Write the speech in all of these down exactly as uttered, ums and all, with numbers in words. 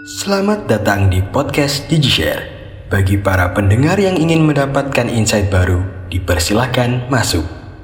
Selamat datang di podcast DigiShare. Bagi para pendengar yang ingin mendapatkan insight baru, dipersilahkan masuk.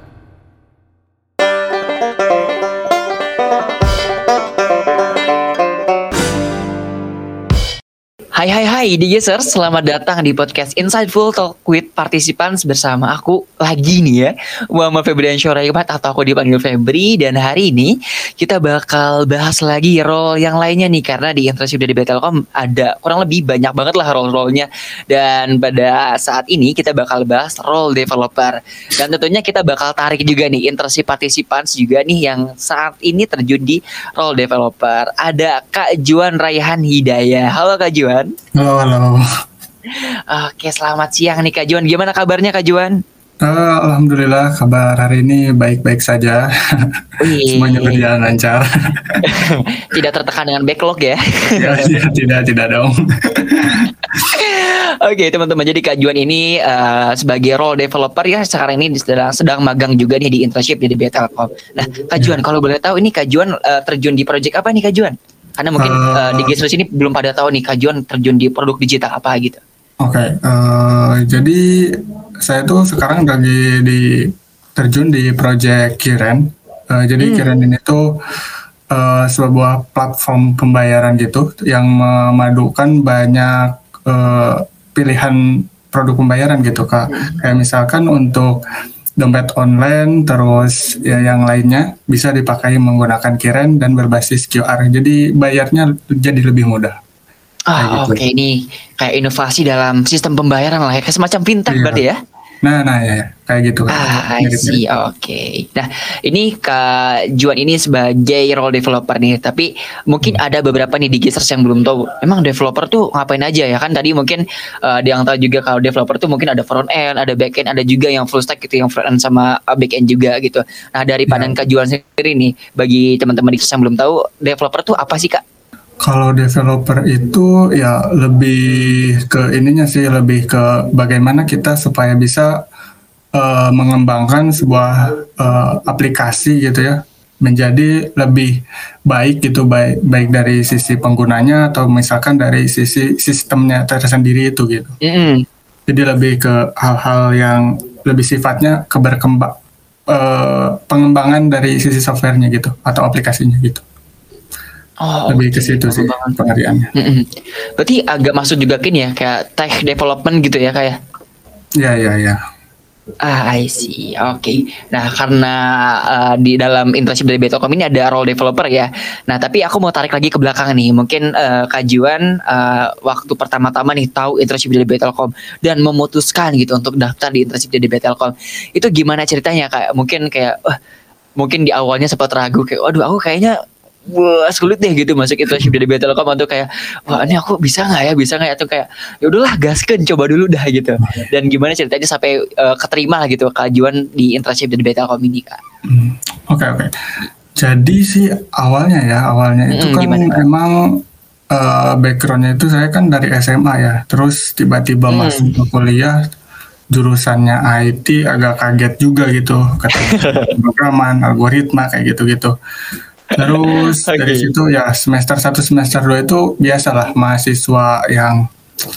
Hai hai hai Digizers, selamat datang di podcast Insightful Talk with Participants bersama aku lagi nih ya, Muhammad Febriansyah Raimat atau aku dipanggil Febri. Dan hari ini kita bakal bahas lagi role yang lainnya nih, karena di internship dari B Telkom ada kurang lebih banyak banget lah role-role-nya. Dan pada saat ini kita bakal bahas role developer. Dan tentunya kita bakal tarik juga nih internship participants juga nih yang saat ini terjun di role developer. Ada Kak Juan Raihan Hidayah. Halo Kak Juan. Halo, halo. Oke, selamat siang nih Kak Juan. Gimana kabarnya Kak Juan? Uh, Alhamdulillah kabar hari ini baik-baik saja. Semuanya berjalan lancar. Tidak tertekan dengan backlog ya? Ya, ya tidak, tidak dong. Oke teman-teman, jadi Kak Juan ini uh, sebagai role developer ya sekarang ini sedang, sedang magang juga nih di internship di B Telkom. Nah Kak Juan, kalau boleh tahu ini Kak Juan uh, terjun di project apa nih Kak Juan? Karena mungkin uh, uh, di Digizers ini belum pada tahu nih Kak Juan terjun di produk digital apa gitu. Oke, okay, uh, jadi saya tuh sekarang lagi di terjun di project Kiren. Uh, jadi hmm. Kiren ini tuh uh, sebuah platform pembayaran gitu yang memadukan banyak uh, pilihan produk pembayaran gitu Kak. Hmm. Kayak misalkan untuk dompet online, terus ya yang lainnya bisa dipakai menggunakan Kiren dan berbasis Q R. Jadi bayarnya jadi lebih mudah. Ah, gitu. Oke, okay. Ini kayak inovasi dalam sistem pembayaran lah ya, kayak semacam fintech iya. berarti ya? Nah, nah ya, kayak gitu. Ah, I see, oke. Okay. Nah, ini Kak Juan ini sebagai role developer nih, tapi mungkin ada beberapa nih Digizers yang belum tahu, emang developer tuh ngapain aja ya kan? Tadi mungkin uh, dia yang tahu juga kalau developer tuh mungkin ada front end, ada back end, ada juga yang full stack gitu, yang front end sama back end juga gitu. Nah, dari pandangan ya. Kak Juan sendiri nih, bagi teman-teman Digizers yang belum tahu, developer tuh apa sih Kak? Kalau developer itu ya lebih ke ininya sih, lebih ke bagaimana kita supaya bisa uh, mengembangkan sebuah uh, aplikasi gitu ya, menjadi lebih baik gitu, baik baik dari sisi penggunanya atau misalkan dari sisi sistemnya tersendiri itu gitu. Mm-hmm. Jadi lebih ke hal-hal yang lebih sifatnya keberkembang uh, pengembangan dari sisi softwarenya gitu atau aplikasinya gitu. Oh, lebih okay. ke situ sih pengertiannya. Mm-hmm. Berarti agak masuk juga kan ya kayak tech development gitu ya kayak? Ya ya ya. Ah, I see. Oke. Okay. Nah, karena uh, di dalam internship dari B Telkom ini ada role developer ya. Nah, tapi aku mau tarik lagi ke belakang nih. Mungkin uh, Kak Juan uh, waktu pertama-tama nih tahu internship dari B Telkom dan memutuskan gitu untuk daftar di internship dari B Telkom. Itu gimana ceritanya Kak? Mungkin kayak uh, mungkin di awalnya sempat ragu kayak waduh aku kayaknya wah sulit deh gitu masuk internship dari B Telkom, atau kayak wah ini aku bisa nggak ya bisa nggak ya, atau kayak ya udahlah gaskeun coba dulu dah gitu. Dan gimana ceritanya sampai uh, keterima gitu Kak Juan di internship dari B Telkom ini Kak? Oke hmm, oke. Okay, okay. Jadi sih awalnya ya awalnya itu hmm, kan gimana? Emang uh, backgroundnya itu saya kan dari S M A ya, terus tiba-tiba hmm. masuk ke kuliah jurusannya I T, agak kaget juga gitu ketika programan algoritma kayak gitu-gitu. Terus okay. Dari situ ya semester satu semester dua itu biasalah mahasiswa yang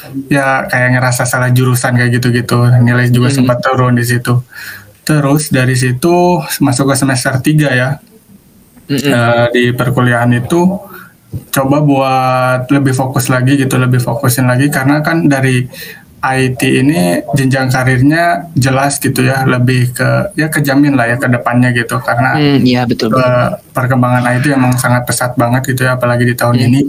ya kayak ngerasa salah jurusan kayak gitu-gitu, nilai juga hmm. sempat turun di situ. Terus dari situ masuk ke semester tiga ya, hmm. uh, di perkuliahan itu coba buat lebih fokus lagi gitu, lebih fokusin lagi karena kan dari I T ini jenjang karirnya jelas gitu ya, lebih ke ya kejamin lah ya ke depannya gitu karena hmm, ya, betul, ke, perkembangan I T emang sangat pesat banget gitu ya, apalagi di tahun hmm. ini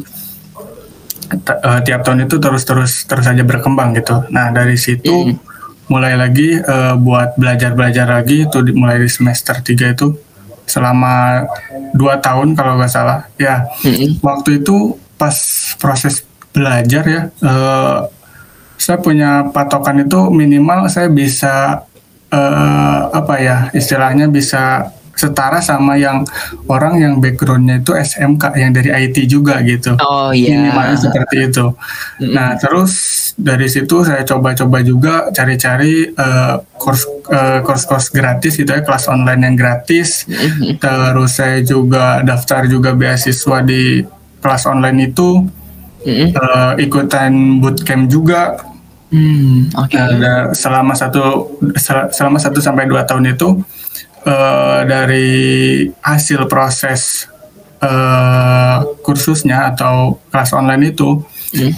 T- uh, tiap tahun itu terus terus terus saja berkembang gitu. Nah dari situ hmm. mulai lagi uh, buat belajar belajar lagi itu di, mulai di semester tiga itu selama dua tahun kalau nggak salah ya. Hmm. Waktu itu pas proses belajar ya. Uh, Saya punya patokan itu minimal saya bisa uh, apa ya istilahnya bisa setara sama yang orang yang backgroundnya itu S M K yang dari I T juga gitu. Oh iya. Yeah. Minimalnya seperti itu. Mm-hmm. Nah terus dari situ saya coba-coba juga cari-cari uh, course uh, course-course gratis gitu ya, kelas online yang gratis. Mm-hmm. Terus saya juga daftar juga beasiswa di kelas online itu. Mm-hmm. uh, ikutan bootcamp juga. Hmm, oke. Okay. Ada selama satu selama satu sampai dua tahun itu uh, dari hasil proses uh, kursusnya atau kelas online itu mm.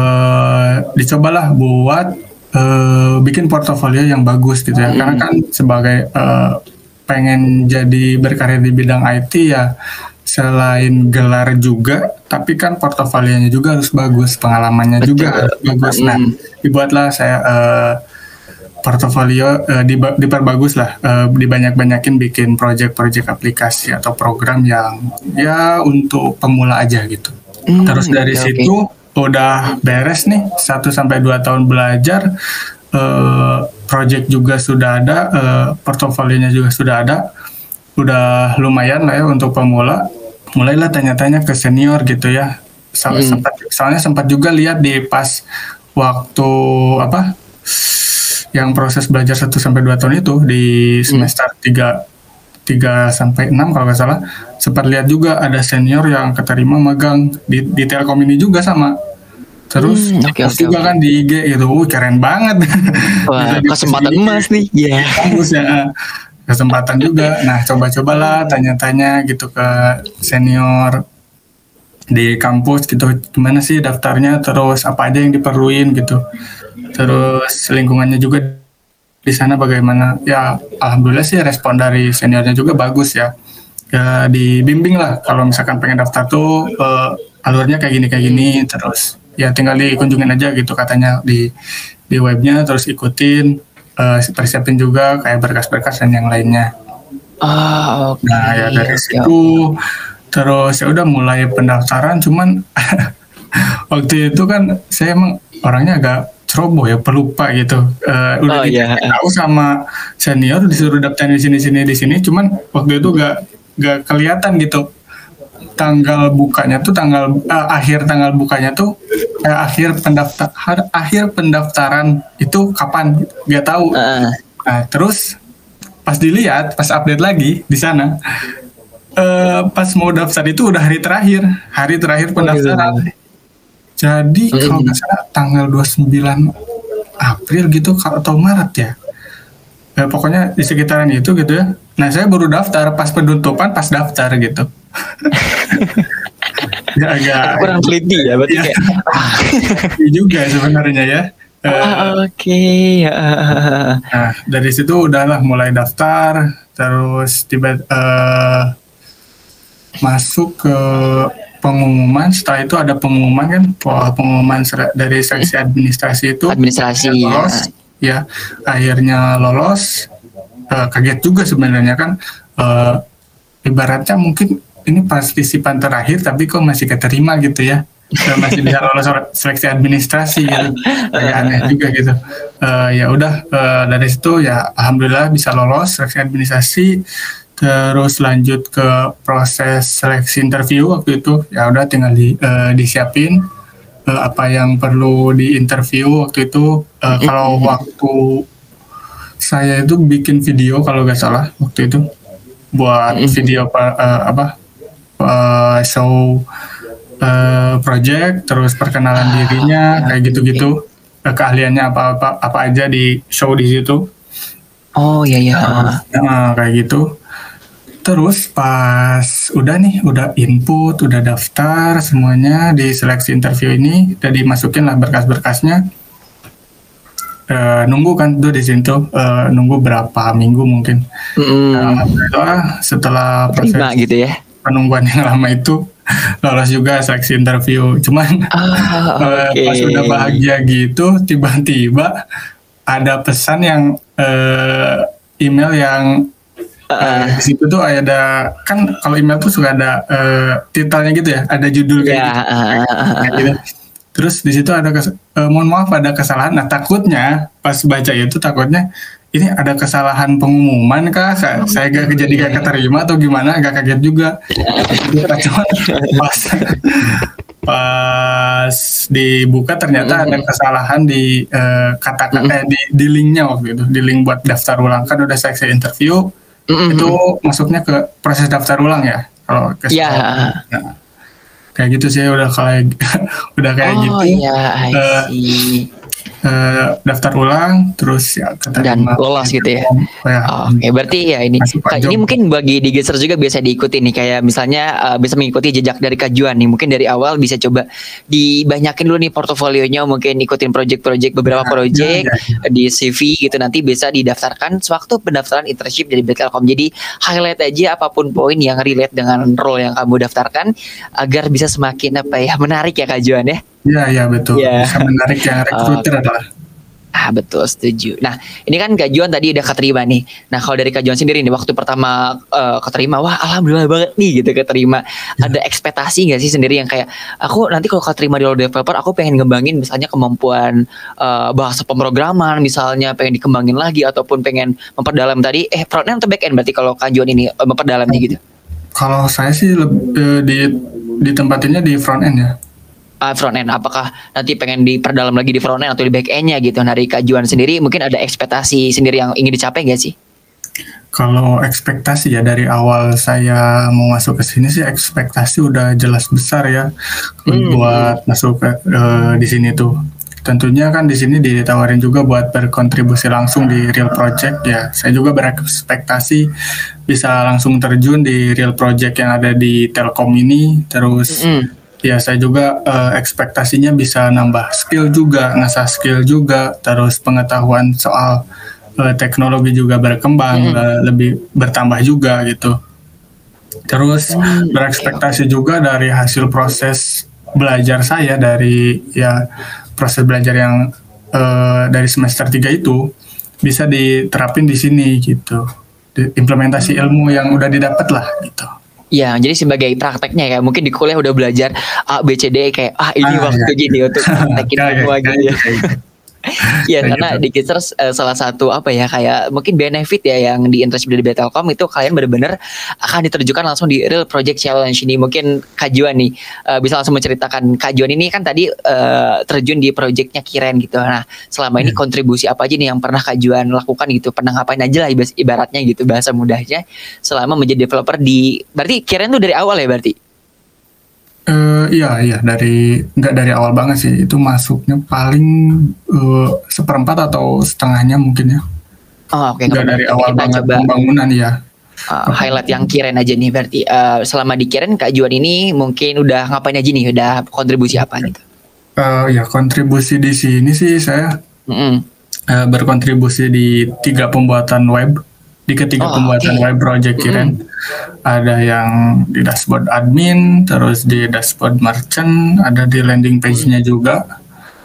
uh, dicobalah buat uh, bikin portofolio yang bagus gitu ya. Mm. Karena kan sebagai uh, pengen jadi berkarir di bidang I T ya, selain gelar juga, tapi kan portofolionya juga harus bagus, pengalamannya Betul. juga harus bagus. Nah, dibuatlah saya uh, portofolio uh, diperbagus lah, uh, dibanyak-banyakin bikin project-project aplikasi atau program yang ya untuk pemula aja gitu. Hmm, Terus dari okay, situ okay. udah beres nih, satu sampai dua tahun belajar, uh, project juga sudah ada, uh, portofolionya juga sudah ada. Udah lumayan lah ya untuk pemula. Mulailah tanya-tanya ke senior gitu ya. So, hmm. sempat, soalnya sempat juga lihat di pas waktu apa yang proses belajar satu sampai dua tahun itu di semester hmm. tiga sampai enam kalau nggak salah, sempat lihat juga ada senior yang keterima magang di, di Telkom ini juga sama. Terus hmm, okay, okay, juga okay. kan di I G gitu, uh, keren banget. Wah, kesempatan emas nih. Iya. Yeah. Kampus ya. Kesempatan juga. Nah, coba-cobalah tanya-tanya gitu ke senior di kampus gitu, gimana sih daftarnya, terus apa aja yang diperluin gitu. Terus lingkungannya juga di sana bagaimana. Ya, alhamdulillah sih respon dari seniornya juga bagus ya. Ya dibimbing lah kalau misalkan pengen daftar tuh uh, alurnya kayak gini kayak gini, terus ya tinggal dikunjungin aja gitu katanya di di webnya, terus ikutin. Uh, persiapin juga kayak berkas-berkas dan yang lainnya. Ah, okay. Nah ya dari okay. situ terus ya udah mulai pendaftaran. Cuman waktu itu kan saya emang orangnya agak ceroboh ya, pelupa gitu. Uh, udah oh, yeah. tahu sama senior disuruh daftar di sini sini di sini. Cuman waktu itu gak gak kelihatan gitu tanggal bukanya tuh tanggal uh, akhir tanggal bukanya tuh eh, akhir pendaftar akhir pendaftaran itu kapan nggak tahu. Uh. Nah terus pas dilihat pas update lagi di sana uh, pas mau daftar itu udah hari terakhir hari terakhir pendaftaran. Oh, gitu. Jadi uh. kalau nggak salah tanggal dua puluh sembilan April gitu atau Maret ya. Ya, pokoknya di sekitaran itu gitu ya. Nah saya baru daftar pas penutupan pas daftar gitu. Ya agak kurang teliti ya berarti ya, kayak juga sebenarnya ya. Uh, Oke. Okay. Uh. Nah dari situ udahlah mulai daftar, terus tiba uh, masuk ke pengumuman. Setelah itu ada pengumuman kan, pengumuman dari seksi administrasi itu. Administrasi. Lolos, ya. ya akhirnya lolos. Uh, kaget juga sebenarnya kan. Uh, ibaratnya mungkin ini partisipan terakhir tapi kok masih keterima gitu ya, masih bisa lolos seleksi administrasi gitu, kayak aneh juga gitu. Uh, ya udah uh, dari situ ya alhamdulillah bisa lolos seleksi administrasi, terus lanjut ke proses seleksi interview. Waktu itu ya udah tinggal di, uh, disiapin uh, apa yang perlu di interview waktu itu. Uh, kalau waktu saya itu bikin video kalau nggak salah waktu itu buat video uh, apa Uh, show uh, project, terus perkenalan ah, dirinya kayak gitu-gitu, okay. keahliannya apa-apa apa aja di show di situ. Oh iya iya. Uh, uh, kayak gitu. Terus pas udah nih, udah input, udah daftar semuanya di seleksi interview ini, udah dimasukin lah berkas-berkasnya. Uh, nunggu kan tuh di situ, uh, nunggu berapa minggu mungkin. Mm. Uh, setelah setelah proses Terima gitu ya. penungguan yang lama itu lolos juga seleksi interview. Cuman ah, okay. pas udah bahagia gitu tiba-tiba ada pesan yang uh, email yang uh, uh. di situ tuh ada kan kalau email tuh suka ada uh, titelnya gitu ya, ada judul kayak yeah, gitu. Uh, uh, uh, gitu. Terus di situ ada kes- uh, mohon maaf ada kesalahan. Nah takutnya pas baca itu takutnya ini ada kesalahan pengumuman kah? Saya gak jadi gak keterima atau gimana? Agak kaget juga. Cuman pas pas dibuka ternyata ada kesalahan di uh, kata-kata di, di linknya waktu itu, di link buat daftar ulang kan udah seleksi interview itu masuknya ke proses daftar ulang ya kalau ke yeah. Nah, kayak gitu sih, udah kayak udah kayak Oh gitu. iya, I Uh, see. uh, daftar ulang, terus ya Dan keterima. lolos gitu ya. Oh, ya, Oh, Oke, okay. Berarti ya ini masuk Pak ini Job. mungkin bagi Digiser juga biasa diikuti nih, kayak misalnya uh, bisa mengikuti jejak dari Kajuan nih. Mungkin dari awal bisa coba dibanyakin dulu nih portofolionya, mungkin ikutin project-project beberapa Ya, project ya, ya. di C V gitu, nanti bisa didaftarkan sewaktu pendaftaran internship dari B Telkom. Jadi highlight aja apapun poin yang relate dengan role yang kamu daftarkan agar bisa semakin apa ya, menarik ya Kajuan ya. Iya, iya betul. Iya. Bisa menarik yang recruiter adalah. Ah betul, setuju. Nah ini kan Kajuan tadi udah keterima nih. Nah kalau dari Kajuan sendiri nih, waktu pertama uh, keterima, wah alhamdulillah banget nih gitu keterima. Ada ekspektasi nggak sih sendiri yang kayak aku nanti kalau keterima di role developer, aku pengen ngembangin misalnya kemampuan uh, bahasa pemrograman, misalnya pengen dikembangin lagi, ataupun pengen memperdalam tadi eh front end atau back end berarti kalau Kajuan ini uh, memperdalamnya gitu. Kalau saya sih lebih, eh, di ditempatinnya di front end ya. Uh, front end, apakah nanti pengen diperdalam lagi di front end atau di back endnya gitu? Dari Kajuan sendiri mungkin ada ekspektasi sendiri yang ingin dicapai nggak sih? Kalau ekspektasi ya, dari awal saya mau masuk ke sini sih ekspektasi udah jelas besar ya, Hmm. buat masuk ke eh, di sini tuh. Tentunya kan di sini ditawarin juga buat berkontribusi langsung di real project ya. Saya juga berekspektasi bisa langsung terjun di real project yang ada di Telkom ini. Terus Mm-mm. ya saya juga eh, ekspektasinya bisa nambah skill juga, ngasah skill juga, terus pengetahuan soal eh, teknologi juga berkembang, Mm-mm. eh, lebih bertambah juga gitu. Terus Hmm, berekspektasi juga dari hasil proses belajar saya, dari ya proses belajar yang eh, dari semester tiga itu bisa diterapin di sini gitu. Di- Implementasi ilmu yang udah didapat lah gitu. Ya, jadi sebagai prakteknya ya, mungkin di kuliah udah belajar A, B, C, D, kayak ah ini Ah, waktu ya. gini untuk praktekin Kayak- semua kayak- gitu ya. kayak- Ya, kayak karena gitu. di Gizers uh, salah satu apa ya, kayak mungkin benefit ya yang di internship dari B Telkom itu kalian benar-benar akan diterjunkan langsung di real project challenge ini. Mungkin Kajuan nih uh, bisa langsung menceritakan, Kajuan ini kan tadi uh, terjun di projectnya Kiren gitu. Nah, selama ini Hmm. kontribusi apa aja nih yang pernah Kajuan lakukan gitu? Pernah ngapain aja lah ibas- ibaratnya gitu, bahasa mudahnya, selama menjadi developer di, berarti Kiren tuh dari awal ya berarti? Eh, iya iya dari nggak dari awal banget sih, itu masuknya paling eh, seperempat atau setengahnya mungkin ya, Oh, oke, nggak nggak dari apa-apa. awal Kita banget coba pembangunan ya. uh, highlight yang Kiren aja nih berarti. Uh, selama di Kiren Kak Juan ini mungkin udah ngapain aja nih, udah kontribusi apa gitu? Eh, ya kontribusi di sini sih saya Mm-mm. eh, berkontribusi di tiga pembuatan web, di ketiga Oh, pembuatan oke. web project Kiren. Ada yang di dashboard admin, terus di dashboard merchant, ada di landing page-nya juga.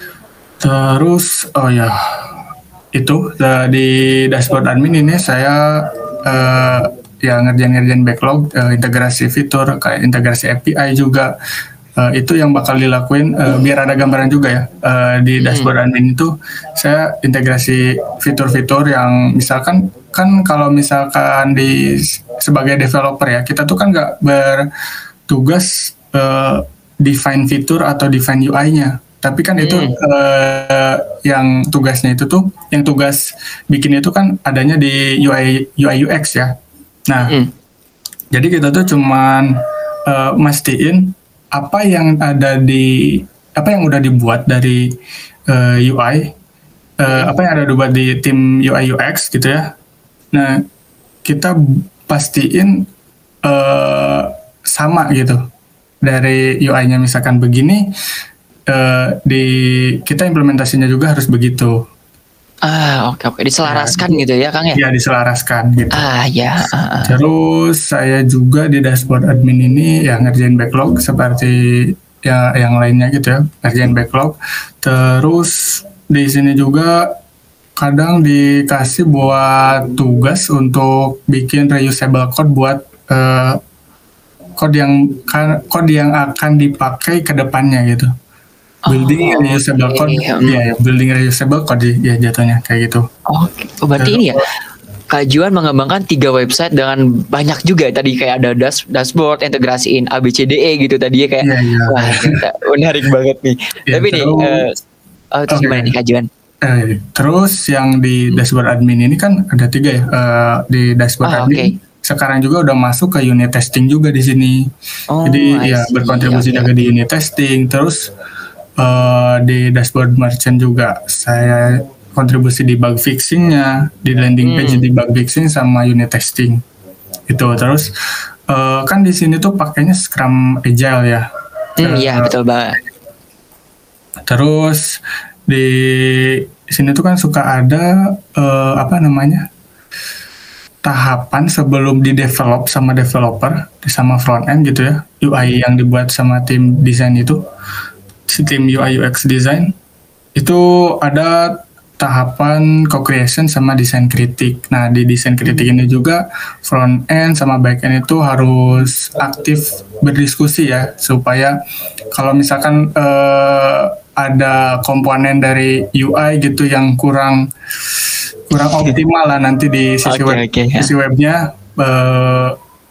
Terus oh ya itu eh, di dashboard admin ini saya eh, ya ngerjain-ngerjain backlog, eh, integrasi fitur kayak integrasi A P I juga. Eh, itu yang bakal dilakuin eh, biar ada gambaran juga ya. Eh, di dashboard admin itu saya integrasi fitur-fitur yang misalkan kan kalau misalkan di sebagai developer ya, kita tuh kan nggak bertugas eh, define fitur atau define U I-nya. Tapi kan itu Hmm. eh, yang tugasnya itu tuh, yang tugas bikin itu kan adanya di U I U I U X ya. Nah, Mm. jadi kita tuh cuman eh, mastiin apa yang ada di apa yang udah dibuat dari eh, U I, eh, apa yang ada dibuat di tim U I U X gitu ya. Nah, kita pastiin eh, sama gitu. Dari U I-nya misalkan begini, eh, di kita implementasinya juga harus begitu. Ah, oke oke, diselaraskan gitu ya Kang ya? Ya diselaraskan gitu. Ah ya, ah, ah. Terus saya juga di dashboard admin ini ya ngerjain backlog seperti ya yang lainnya gitu ya, ngerjain backlog. Terus di sini juga kadang dikasih buat tugas untuk bikin reusable code buat eh, code yang kan code yang akan dipakai ke depannya gitu. Building Oh, reusable oke. code, Hmm. ya, ya building reusable code ya jatuhnya kayak gitu. Oke, oh, berarti ini ya Kak Juan mengembangkan tiga website dengan banyak juga tadi, kayak ada dash, dashboard, integrasiin A B C D E gitu tadi ya, kayak Iya, iya. wah kita menarik banget nih. Ya, Tapi nih, terus- eh, oh, terus Oke. gimana nih Kak Juan? Eh, terus yang di dashboard admin ini kan ada tiga ya. Eh, di dashboard Ah, admin oke. sekarang juga udah masuk ke unit testing juga di sini. Oh, Jadi I ya see. berkontribusi Oke, juga oke. di unit testing. Terus uh, di dashboard merchant juga saya kontribusi di bug fixingnya, di landing page Hmm. di bug fixing sama unit testing. Itu terus uh, kan di sini tuh pakainya Scrum Agile ya. Hmm, iya Uh, betul banget. Terus di sini tuh kan suka ada uh, apa namanya tahapan sebelum di develop sama developer sama front end gitu ya, U I yang dibuat sama tim desain itu, si tim U I U X design itu ada tahapan co-creation sama desain kritik. Nah di desain kritik ini juga front end sama back end itu harus aktif berdiskusi ya, supaya kalau misalkan eh, ada komponen dari U I gitu yang kurang kurang optimal lah nanti di sisi Oke, web oke, ya. sisi webnya eh,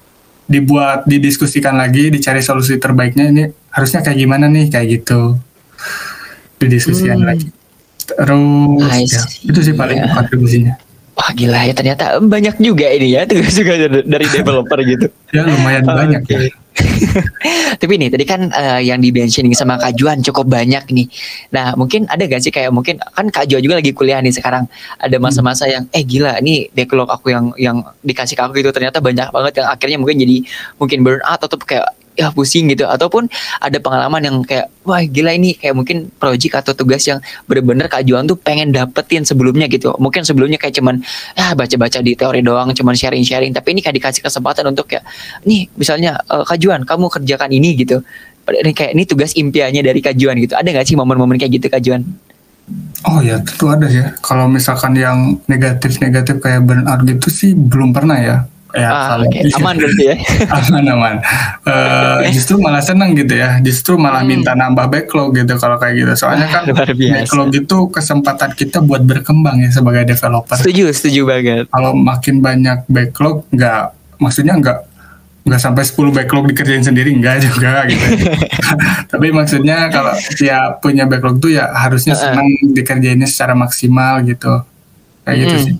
dibuat didiskusikan lagi, dicari solusi terbaiknya, ini harusnya kayak gimana nih, kayak gitu didiskusikan Hmm. lagi. Terus I ya see. itu sih paling Ya. kontribusinya. Wah gila ya, ternyata banyak juga ini ya tugas juga dari developer gitu. Ya lumayan banyak Oke. ya. Tapi nih tadi kan eh, yang di mentioning sama Kak Juan cukup banyak nih. Nah mungkin ada gak sih kayak mungkin kan Kak Juan juga lagi kuliah nih sekarang. Ada masa-masa yang eh gila nih backlog aku yang yang dikasih ke aku gitu ternyata banyak banget yang akhirnya mungkin jadi mungkin burn out atau kayak ya pusing gitu. Ataupun ada pengalaman yang kayak wah gila ini kayak mungkin project atau tugas yang bener-bener Kak Juan tuh pengen dapetin sebelumnya gitu. Mungkin sebelumnya kayak cuman ah baca-baca di teori doang, cuman sharing-sharing. Tapi ini kayak dikasih kesempatan untuk kayak nih misalnya eh, Kak Juan kamu kerjakan ini gitu. Ini kayak ini tugas impiannya dari Kak Juan gitu. Ada nggak sih momen-momen kayak gitu Kak Juan? Oh ya tentu ada ya. Kalau misalkan yang negatif-negatif kayak burnout gitu sih belum pernah ya. Ya Ah, kalau oke. Aman berarti ya. aman-aman. Eh, justru malah senang gitu ya. Justru malah Hmm. minta nambah backlog gitu kalau kayak gitu. Soalnya Wah, kan luar biasa. backlog itu kesempatan kita buat berkembang ya sebagai developer. Setuju, setuju banget. Kalau makin banyak backlog, nggak, maksudnya nggak nggak sampai sepuluh backlog dikerjain sendiri, nggak juga gitu. Tapi maksudnya kalau dia punya backlog tuh ya harusnya Uh-uh. senang dikerjainnya secara maksimal gitu. Kayak gitu Mm. sih.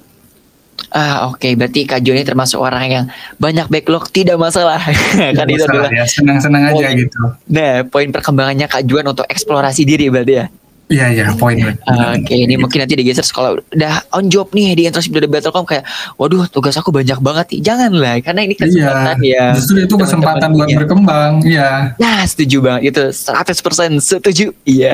Ah oke, berarti Kak Juan ini termasuk orang yang banyak backlog tidak masalah. Kan Nggak itu masalah adalah ya, senang-senang aja poin. gitu. Nah poin perkembangannya Kak Juan untuk eksplorasi diri berarti ya. Iya iya, poin. Ah, Oke, ini mungkin nanti digeser kalau udah on job nih di internship dari Battlecom kayak, waduh tugas aku banyak banget nih. Janganlah, karena ini kesempatan Iya, ya. justru itu kesempatan buat teman-teman punya. berkembang. Iya. Nah, setuju banget itu seratus persen setuju. Iya.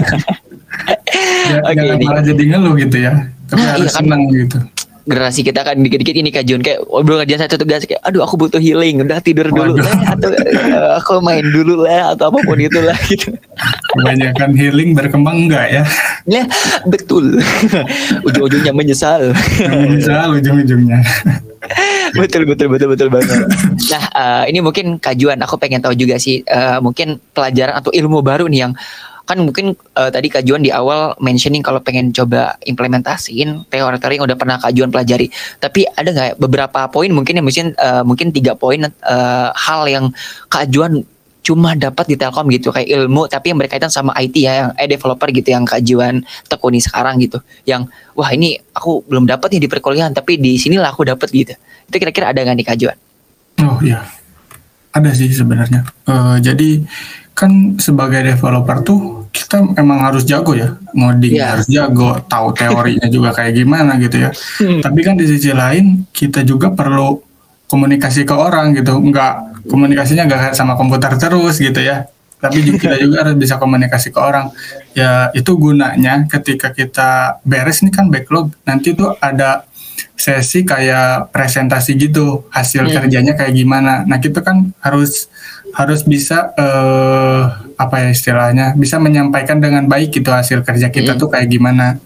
Ya, Oke, jangan ini malah jadi ngeluh gitu ya. Tapi Nah, harus iya kan. senang gitu. generasi kita kan dikit-dikit ini Kak Jun kayak belum kerjaan satu tugas kayak aduh aku butuh healing, udah tidur dulu Waduh. lah atau eh, aku main dulu lah atau apapun itulah gitu. Kebanyakan healing berkembang enggak ya? Ya, betul. Ujung-ujungnya menyesal. Menyesal ujung-ujungnya. betul betul betul betul banget. Nah, eh, ini mungkin Kak Juan, aku pengen tahu juga sih eh, mungkin pelajaran atau ilmu baru nih yang kan mungkin eh, tadi Kak Juan di awal mentioning kalau pengen coba implementasiin teori-teori yang udah pernah Kak Juan pelajari. Tapi ada nggak beberapa poin mungkin yang mungkin eh, mungkin tiga poin eh, hal yang Kak Juan cuma dapat di Telkom gitu kayak ilmu tapi yang berkaitan sama I T ya yang eh developer gitu yang Kak Juan tekuni sekarang gitu. Yang wah ini aku belum dapat nih di perkuliahan tapi di sinilah aku dapat gitu. Itu kira-kira ada nggak nih Kak Juan? Oh iya, ada sih sebenarnya. Eh, jadi kan sebagai developer tuh kita emang harus jago ya, ngoding Iya. harus jago, tahu teorinya juga kayak gimana gitu ya. Hmm. Tapi kan di sisi lain kita juga perlu komunikasi ke orang gitu, nggak komunikasinya nggak sama komputer terus gitu ya. Tapi juga kita juga harus bisa komunikasi ke orang. Ya itu gunanya ketika kita beres nih kan backlog, nanti tuh ada sesi kayak presentasi gitu hasil Hmm. kerjanya kayak gimana. Nah kita kan harus harus bisa eh, apa ya istilahnya bisa menyampaikan dengan baik gitu hasil kerja kita Hmm. tuh kayak gimana.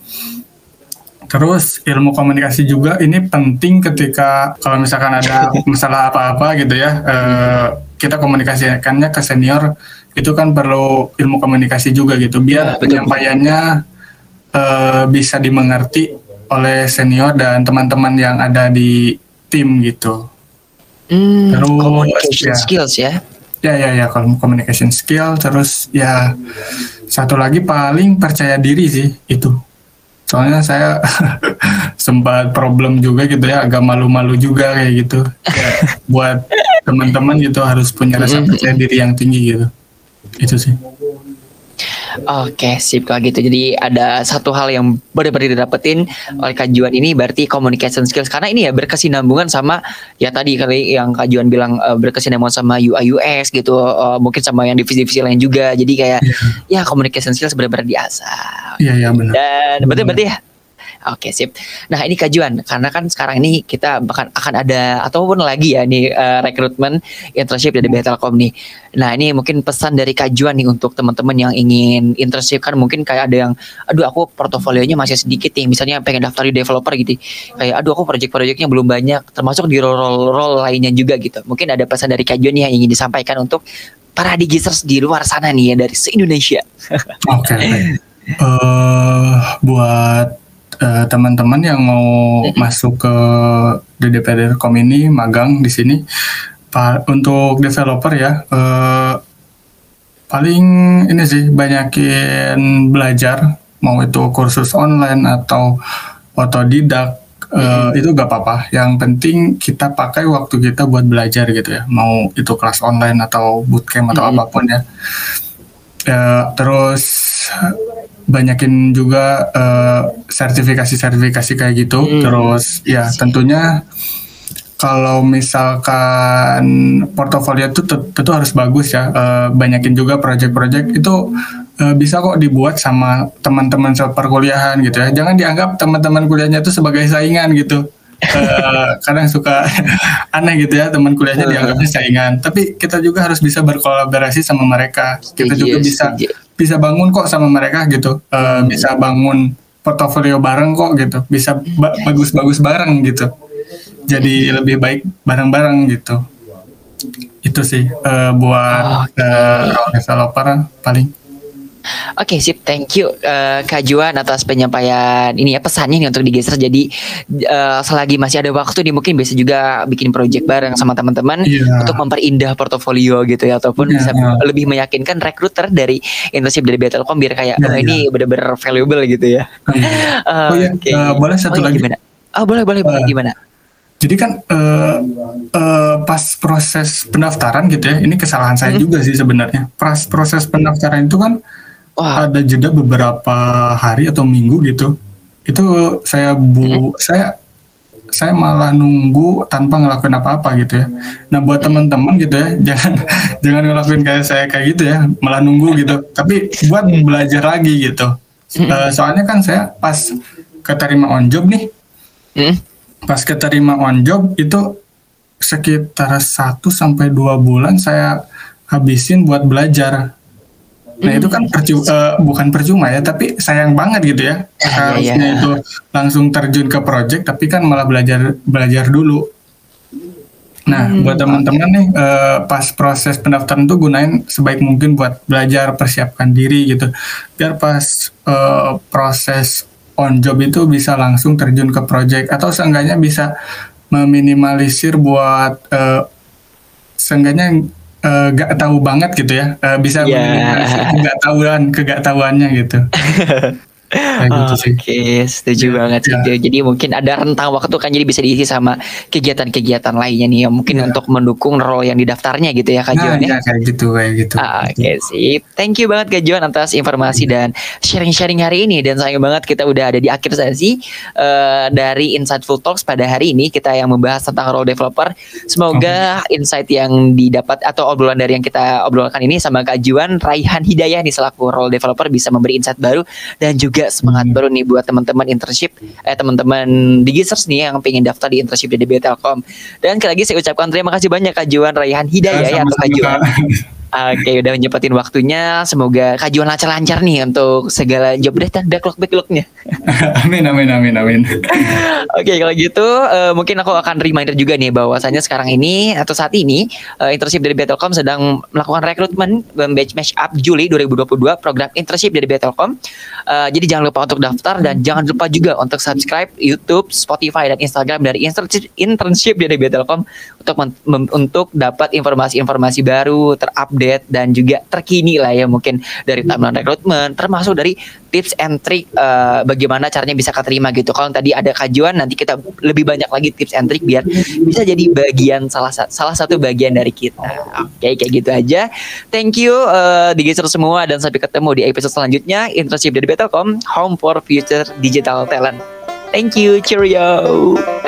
Terus ilmu komunikasi juga ini penting ketika kalau misalkan ada masalah apa-apa gitu ya, eh, kita komunikasikannya ke senior itu kan perlu ilmu komunikasi juga gitu biar Ya, betul. penyampaiannya eh, bisa dimengerti oleh senior dan teman-teman yang ada di tim gitu. Hmm, Terus, communication ya. skills ya. Ya ya ya kalau communication skill terus ya satu lagi paling percaya diri sih itu. Soalnya saya sempat problem juga gitu ya, agak malu-malu juga kayak gitu. Kayak buat teman-teman gitu harus punya rasa percaya diri yang tinggi gitu. Itu sih. Oke, sip kalau gitu. Jadi ada satu hal yang benar-benar didapetin oleh Kak Juan ini berarti communication skills, karena ini ya berkesinambungan sama ya tadi kali yang Kak Juan bilang uh, berkesinambungan sama U I U X gitu, uh, mungkin sama yang divisi-divisi lain juga. Jadi kayak yeah. ya communication skills benar-benar diasah. Iya, iya benar. Dan betul berarti ya. Oke, sip. Nah ini Kak Juan, karena kan sekarang ini kita bahkan akan ada ataupun lagi ya nih uh, rekrutmen internship dari B T Telkom nih. Nah ini mungkin pesan dari Kak Juan nih untuk teman-teman yang ingin internship, kan mungkin kayak ada yang, aduh aku portofolionya masih sedikit nih, misalnya pengen daftar di developer gitu. Kayak aduh aku project-projectnya belum banyak, termasuk di role-role lainnya juga gitu. Mungkin ada pesan dari Kak Juan nih yang ingin disampaikan untuk para digiters di luar sana nih ya dari se-Indonesia. Oke. Okay. uh, buat Uh, teman-teman yang mau mm-hmm. masuk ke D D P Telkom ini magang di sini, pa- untuk developer ya uh, paling ini sih banyakin belajar, mau itu kursus online atau otodidak, uh, mm-hmm. itu gak apa-apa. Yang penting kita pakai waktu kita buat belajar gitu ya, mau itu kelas online atau bootcamp atau mm-hmm. apapun ya. Uh, terus banyakin juga uh, sertifikasi-sertifikasi kayak gitu. Hmm. Terus ya tentunya kalau misalkan portofolio itu tentu harus bagus ya. Uh, banyakin juga project-project itu uh, bisa kok dibuat sama teman-teman seperkuliahan gitu ya. Jangan dianggap teman-teman kuliahnya itu sebagai saingan gitu. uh, kadang suka aneh gitu ya, teman kuliahnya dianggapnya saingan. Tapi kita juga harus bisa berkolaborasi sama mereka. Kita juga bisa bisa bangun kok sama mereka gitu, uh, bisa bangun portofolio bareng kok gitu, bisa ba- bagus-bagus bareng gitu, jadi lebih baik bareng-bareng gitu. Itu sih uh, buat okay. uh, developer paling. Oke, okay, sip, thank you uh, Kak Juan atas penyampaian ini ya, pesannya nih untuk digeser. Jadi uh, selagi masih ada waktu nih mungkin bisa juga bikin project bareng sama teman-teman yeah. untuk memperindah portofolio gitu ya, ataupun yeah. bisa lebih meyakinkan rekruter dari internship dari B T Telkom biar kayak yeah, oh, ini yeah. benar-benar valuable gitu ya. Yeah. uh, oh ya, okay. uh, boleh satu oh, lagi. Gimana? Oh boleh boleh uh, gimana? Jadi kan uh, uh, pas proses pendaftaran gitu ya, ini kesalahan saya hmm. juga sih sebenarnya. Pas proses pendaftaran itu kan Wah. ada jeda beberapa hari atau minggu gitu. Itu saya bu, hmm. saya saya malah nunggu tanpa ngelakuin apa-apa gitu ya. Nah buat teman-teman gitu ya, jangan jangan ngelakuin kayak saya kayak gitu ya, malah nunggu gitu. Tapi buat belajar lagi gitu. Hmm. Uh, soalnya kan saya pas keterima on job nih, hmm. pas keterima on job itu sekitar satu sampai dua bulan saya habisin buat belajar. Nah itu kan percuma, uh, bukan percuma ya, tapi sayang banget gitu ya. Harusnya yeah, yeah. itu langsung terjun ke project, tapi kan malah belajar belajar dulu. Nah hmm, buat teman-teman okay. nih, uh, pas proses pendaftaran tuh gunain sebaik mungkin buat belajar, persiapkan diri gitu. Biar pas uh, proses on job itu bisa langsung terjun ke project, atau seenggaknya bisa meminimalisir buat uh, seenggaknya Uh, gak tahu banget gitu ya, uh, bisa yeah. kegak-tahuan kegak-tahuannya gitu. Oke, okay, setuju ya, banget sih. Ya. Jadi mungkin ada rentang waktu kan, jadi bisa diisi sama kegiatan-kegiatan lainnya nih, yang mungkin ya. untuk mendukung role yang didaftarnya gitu ya Kak nah, Juan ya. ya kayak gitu kayak gitu. Ah, Oke okay, sip. Thank you banget Kak Juan atas informasi ya. dan sharing-sharing hari ini. Dan sayang banget kita udah ada di akhir sesi uh, dari Insightful Talks pada hari ini, kita yang membahas tentang role developer. Semoga okay. insight yang didapat atau obrolan dari yang kita obrolkan ini sama Kak Juan Raihan Hidayah nih selaku role developer bisa memberi insight baru dan juga semangat hmm. baru nih buat teman-teman internship, eh teman-teman digiters nih yang pengen daftar di internship di B T Telkom. Dan sekali lagi saya ucapkan terima kasih banyak Kak Juan Raihan Hidayah ya, ya atau Kak Juan. Oke, udah nyempetin waktunya. Semoga Kak Juan lancar-lancar nih untuk segala job desk dan backlog-backlognya. Amin, amin, amin, amin. Oke, kalau gitu uh, mungkin aku akan reminder juga nih bahwasannya sekarang ini atau saat ini uh, internship dari B T Telkom sedang melakukan rekrutmen batch match up Juli dua ribu dua puluh dua program internship dari B T Telkom. Uh, jadi jangan lupa untuk daftar dan jangan lupa juga untuk subscribe YouTube, Spotify dan Instagram dari internship, internship dari B T Telkom untuk men- mem- untuk dapat informasi-informasi baru terupdate update dan juga terkini lah ya, mungkin dari timeline rekrutmen, termasuk dari tips and trick uh, bagaimana caranya bisa keterima gitu. Kalau tadi ada Kajuan, nanti kita lebih banyak lagi tips and trick biar bisa jadi bagian salah salah satu bagian dari kita. Oke, kayak gitu aja. Thank you uh, Digiser semua, dan sampai ketemu di episode selanjutnya internship dari Bettelkom, Home for Future Digital Talent. Thank you, cheerio.